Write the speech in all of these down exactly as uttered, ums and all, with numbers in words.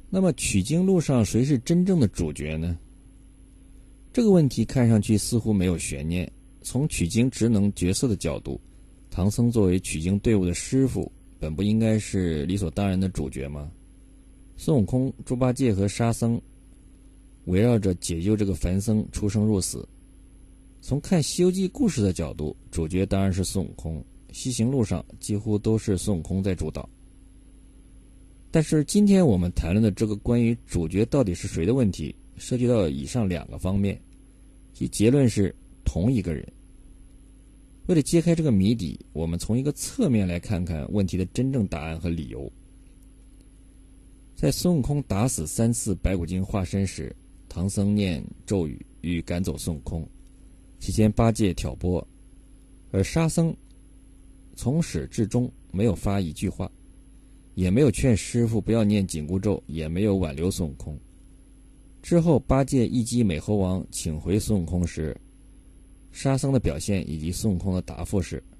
那么取经路上谁是真正的主角呢？这个问题看上去似乎没有悬念。从取经职能角色的角度，唐僧作为取经队伍的师傅，本不应该是理所当然的主角吗？孙悟空、猪八戒和沙僧围绕着解救这个凡僧出生入死。从看《西游记》故事的角度，主角当然是孙悟空，西行路上几乎都是孙悟空在主导。但是今天我们谈论的这个关于主角到底是谁的问题，涉及到以上两个方面，其结论是同一个人。为了揭开这个谜底，我们从一个侧面来看看问题的真正答案和理由。在孙悟空打死三次白骨精化身时，唐僧念咒语欲赶走孙悟空，期间八戒挑拨，而沙僧从始至终没有发一句话，也没有劝师傅不要念紧箍咒，也没有挽留孙悟空。之后八戒一击美猴王请回孙悟空时，沙僧的表现以及孙悟空的答复是：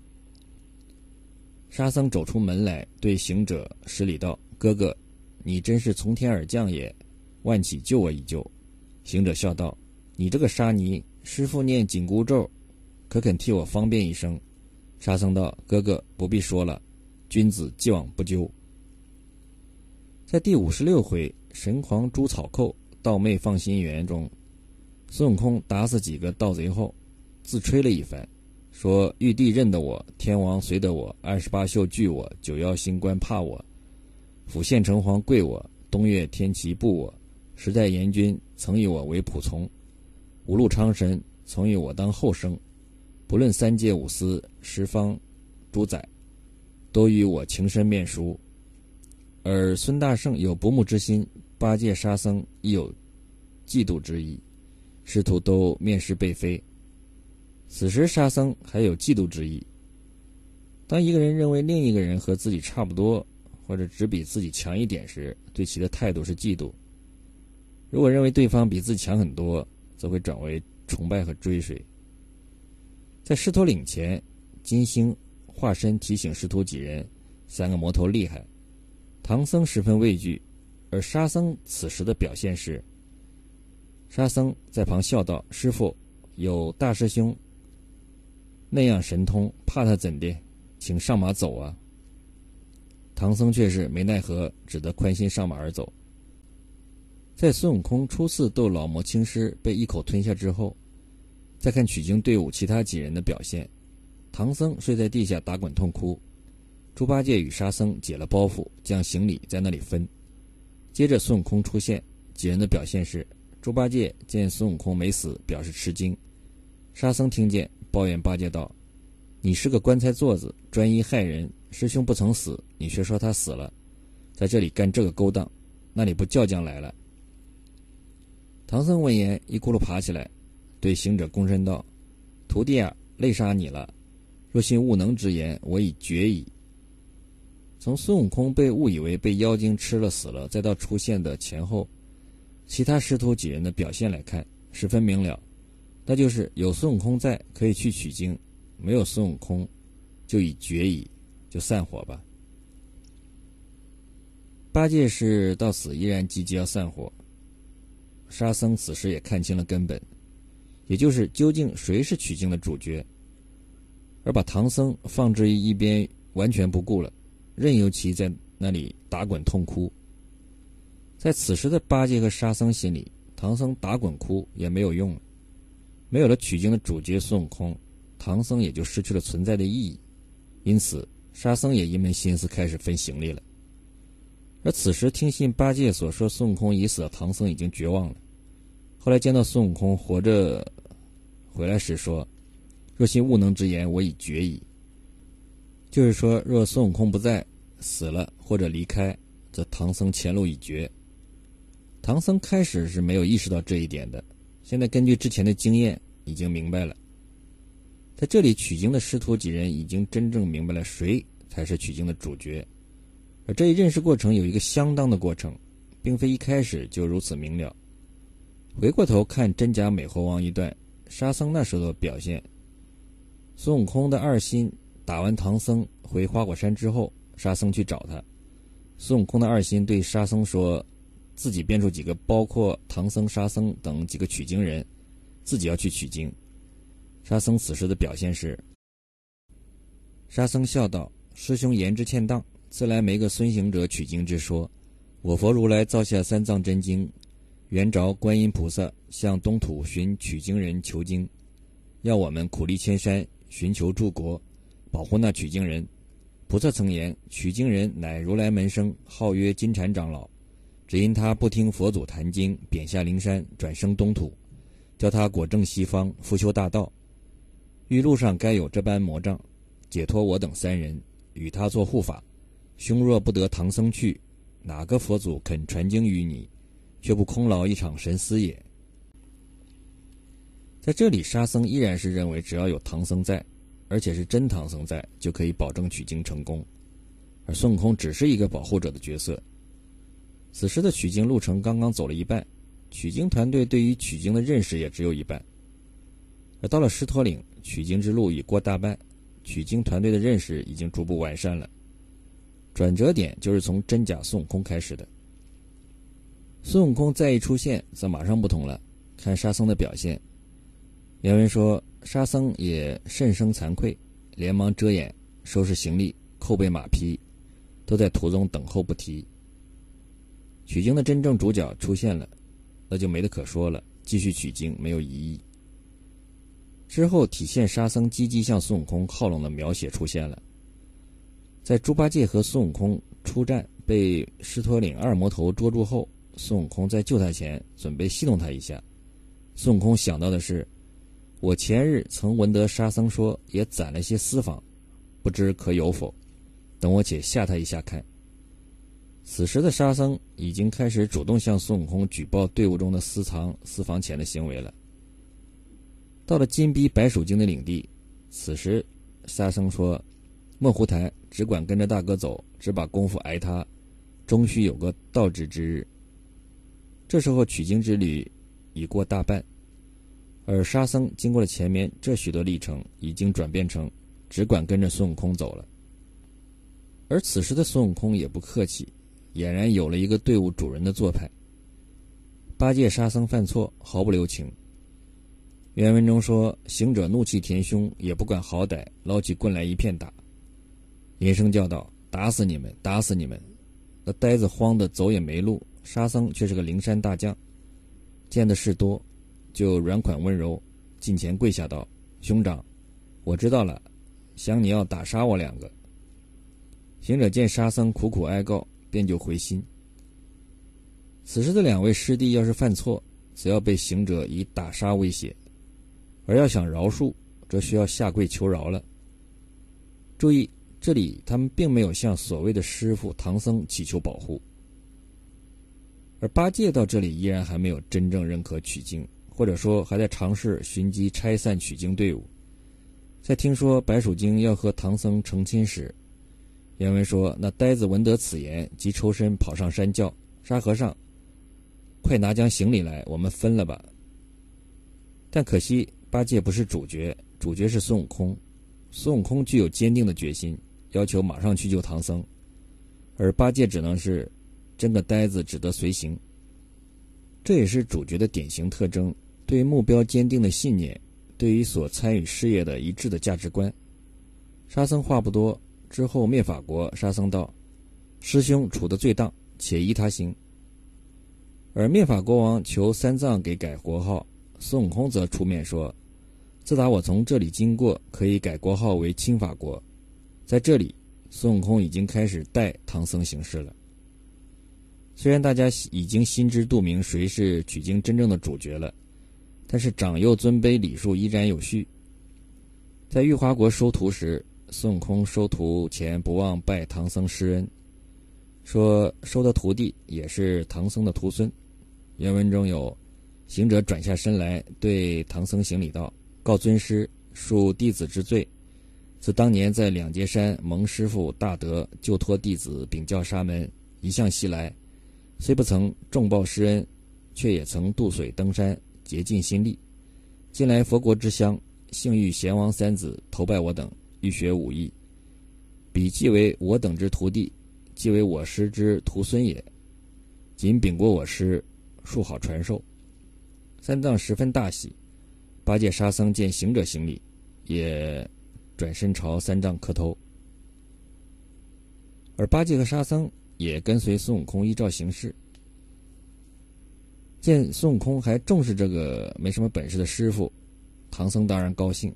沙僧走出门来，对行者施礼道：“哥哥，你真是从天而降也，万启救我一救。”行者笑道：“你这个沙弥，师父念紧箍咒，可肯替我方便一声？”沙僧道：“哥哥不必说了，君子既往不咎。”在第五十六回神狂诛草寇，盗妹放心园中，孙悟空打死几个盗贼后，自吹了一番，说玉帝认得我，天王随得我，二十八宿惧我，九曜星官怕我，府县城隍跪我，东岳天齐步我，十代阎君曾以我为仆从，五路昌神曾以我当后生，不论三界五司十方诸宰，都与我情深面熟。而孙大圣有不睦之心，八戒沙僧亦有嫉妒之意，师徒都面试被飞。此时沙僧还有嫉妒之意。当一个人认为另一个人和自己差不多，或者只比自己强一点时，对其的态度是嫉妒；如果认为对方比自己强很多，则会转为崇拜和追随。在狮驼岭前，金星化身提醒师徒几人三个魔头厉害，唐僧十分畏惧，而沙僧此时的表现是：沙僧在旁笑道：“师父，有大师兄那样神通，怕他怎的？请上马走啊！”唐僧却是没奈何，只得宽心上马而走。在孙悟空初次斗老魔青狮被一口吞下之后，再看取经队伍其他几人的表现，唐僧睡在地下打滚痛哭，猪八戒与沙僧解了包袱，将行李在那里分。接着孙悟空出现，几人的表现是：猪八戒见孙悟空没死，表示吃惊；沙僧听见，抱怨八戒道：“你是个棺材座子，专一害人，师兄不曾死，你却说他死了，在这里干这个勾当，那里不叫将来了。”唐僧闻言一咕噜爬起来，对行者躬身道：“徒弟啊，累杀你了，若信悟能之言，我已决矣。”从孙悟空被误以为被妖精吃了死了，再到出现的前后其他师徒几人的表现来看，十分明了，那就是有孙悟空在可以去取经，没有孙悟空就已决矣，就散伙吧。八戒是到死依然积极要散伙，沙僧此时也看清了根本，也就是究竟谁是取经的主角，而把唐僧放置于一边完全不顾了，任由其在那里打滚痛哭。在此时的八戒和沙僧心里，唐僧打滚哭也没有用了，没有了取经的主角孙悟空，唐僧也就失去了存在的意义，因此沙僧也一门心思开始分行李了。而此时听信八戒所说孙悟空已死的唐僧已经绝望了，后来见到孙悟空活着回来时说：“若信悟能之言，我已决矣。”就是说，若孙悟空不在，死了或者离开，则唐僧前路已绝。唐僧开始是没有意识到这一点的，现在根据之前的经验已经明白了。在这里取经的师徒几人已经真正明白了谁才是取经的主角，而这一认识过程有一个相当的过程，并非一开始就如此明了。回过头看真假美猴王一段，沙僧那时候的表现，孙悟空的二心打完唐僧回花果山之后，沙僧去找他，孙悟空的二心对沙僧说：“ 自己编出几个包括唐僧、沙僧等几个取经人，自己要去取经。沙僧此时的表现是：沙僧笑道：师兄言之欠当，自来没个孙行者取经之说。我佛如来造下三藏真经，原着观音菩萨向东土寻取经人求经，要我们苦力千山，寻求诸国，保护那取经人。菩萨曾言，取经人乃如来门生，号曰金蝉长老，只因他不听佛祖谈经，贬下灵山，转生东土，叫他果证西方，复修大道。欲路上该有这般魔障，解脱我等三人，与他做护法。兄若不得唐僧去，哪个佛祖肯传经于你，却不空劳一场神思也。在这里，沙僧依然是认为只要有唐僧在，而且是真唐僧在，就可以保证取经成功，而孙悟空只是一个保护者的角色。此时的取经路程刚刚走了一半，取经团队对于取经的认识也只有一半。而到了狮驼岭，取经之路已过大半，取经团队的认识已经逐步完善了。转折点就是从真假孙悟空开始的。孙悟空再一出现，则马上不同了。看沙僧的表现，原文说，沙僧也甚生惭愧，连忙遮掩，收拾行李，扣备马匹，都在途中等候不提。取经的真正主角出现了，那就没得可说了，继续取经没有疑义。之后体现沙僧积极向孙悟空靠拢的描写出现了。在猪八戒和孙悟空出战被狮驼岭二魔头捉住后，孙悟空在救他前准备戏弄他一下。孙悟空想到的是，我前日曾闻得沙僧说也攒了些私房，不知可有否，等我且吓他一下看。此时的沙僧已经开始主动向孙悟空举报队伍中的私藏私房钱的行为了。到了金逼白鼠精的领地，此时沙僧说，莫胡谈，只管跟着大哥走，只把功夫挨他，终须有个到之之日。这时候取经之旅已过大半，而沙僧经过了前面这许多历程，已经转变成只管跟着孙悟空走了。而此时的孙悟空也不客气，俨然有了一个队伍主人的做派。八戒沙僧犯错毫不留情，原文中说，行者怒气填胸，也不管好歹，捞起棍来一片打。连声叫道，打死你们，打死你们！那呆子慌得走也没路，沙僧却是个灵山大将，见的事多，就软款温柔，近前跪下道，兄长，我知道了，想你要打杀我两个。行者见沙僧苦苦哀告，便就回心。此时的两位师弟要是犯错，则要被行者以打杀威胁，而要想饶恕，则需要下跪求饶了。注意，这里他们并没有向所谓的师父唐僧祈求保护。而八戒到这里依然还没有真正认可取经，或者说还在尝试寻机拆散取经队伍。在听说白鼠精要和唐僧成亲时，原文说，那呆子闻得此言，即抽身跑上山叫，沙和尚，快拿将行李来，我们分了吧。但可惜八戒不是主角，主角是孙悟空。孙悟空具有坚定的决心，要求马上去救唐僧，而八戒只能是真个呆子，只得随行。这也是主角的典型特征，对于目标坚定的信念，对于所参与事业的一致的价值观。沙僧话不多，之后灭法国，沙僧道，师兄处得最当，且依他行。而灭法国王求三藏给改国号，孙悟空则出面说，自打我从这里经过，可以改国号为清法国。在这里，孙悟空已经开始代唐僧行事了。虽然大家已经心知肚明谁是取经真正的主角了，但是长幼尊卑礼数依然有序。在玉华国收徒时，孙悟空收徒前不忘拜唐僧施恩，说收的徒弟也是唐僧的徒孙。原文中有，行者转下身来，对唐僧行礼道，告尊师，恕弟子之罪。自当年在两阶山蒙师父大德救脱弟子禀教沙门，一向西来，虽不曾重报师恩，却也曾渡水登山，竭尽心力。近来佛国之乡，幸遇贤王三子投拜我等，欲学武艺。彼既为我等之徒弟，既为我师之徒孙也。 仅禀过我师，恕好传授。三藏十分大喜，八戒沙僧见行者行礼，也转身朝三藏磕头。而八戒和沙僧也跟随孙悟空依照行事。见孙悟空还重视这个没什么本事的师傅，唐僧当然高兴。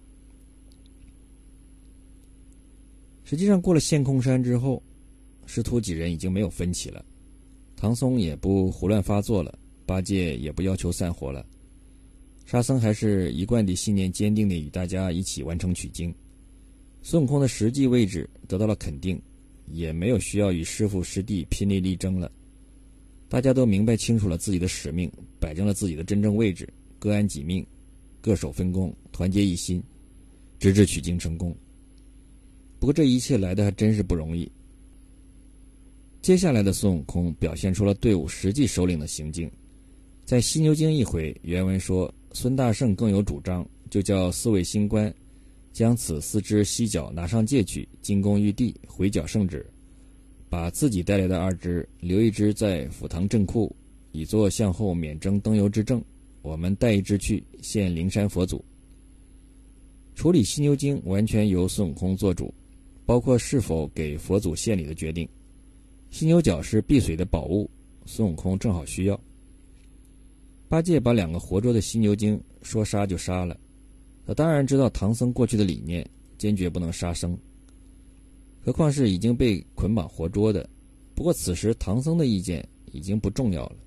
实际上过了陷空山之后，师徒几人已经没有分歧了，唐僧也不胡乱发作了，八戒也不要求散伙了，沙僧还是一贯地信念坚定地与大家一起完成取经。孙悟空的实际位置得到了肯定，也没有需要与师父师弟拼力力争了。大家都明白清楚了自己的使命，摆正了自己的真正位置，各安己命，各守分工，团结一心，直至取经成功。不过这一切来的还真是不容易。接下来的孙悟空表现出了队伍实际首领的行径。在犀牛经一回，原文说孙大圣更有主张，就叫四位星官将此四只犀角拿上界去，进贡玉帝，回缴圣旨，把自己带来的二只留一只在府堂镇库，以作向后免征登邮之证，我们带一只去献灵山佛祖。处理犀牛经完全由孙悟空做主，包括是否给佛祖献礼的决定。犀牛角是避水的宝物，孙悟空正好需要。八戒把两个活捉的犀牛精说杀就杀了，他当然知道唐僧过去的理念，坚决不能杀生，何况是已经被捆绑活捉的。不过此时唐僧的意见已经不重要了。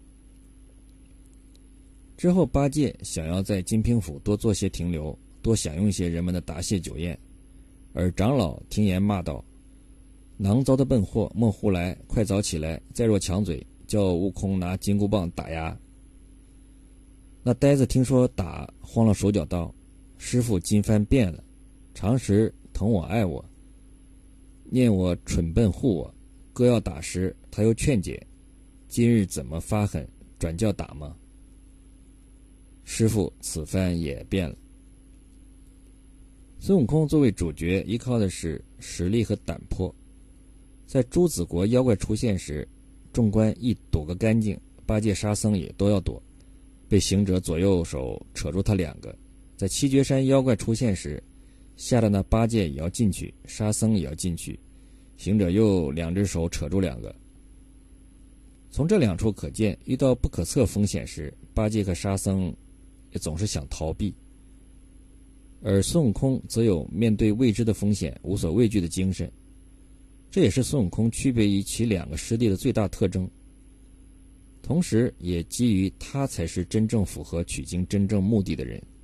之后八戒想要在金平府多做些停留，多享用一些人们的答谢酒宴，而长老听言骂道：囊糟的笨货，莫胡来，快早起来，再若抢嘴，叫悟空拿金箍棒打呀。那呆子听说打，慌了手脚道：师父今番变了，常时疼我爱我，念我蠢笨护我，哥要打时他又劝解，今日怎么发狠，转叫打吗？师父此番也变了。孙悟空作为主角，依靠的是实力和胆魄。在朱子国妖怪出现时，众官一躲个干净，八戒沙僧也都要躲，被行者左右手扯住他两个。在七绝山妖怪出现时，吓得那八戒也要进去，沙僧也要进去，行者又两只手扯住两个。从这两处可见，遇到不可测风险时，八戒和沙僧也总是想逃避，而孙悟空则有面对未知的风险无所畏惧的精神。这也是孙悟空区别于其两个师弟的最大特征，同时也基于他才是真正符合取经真正目的的人。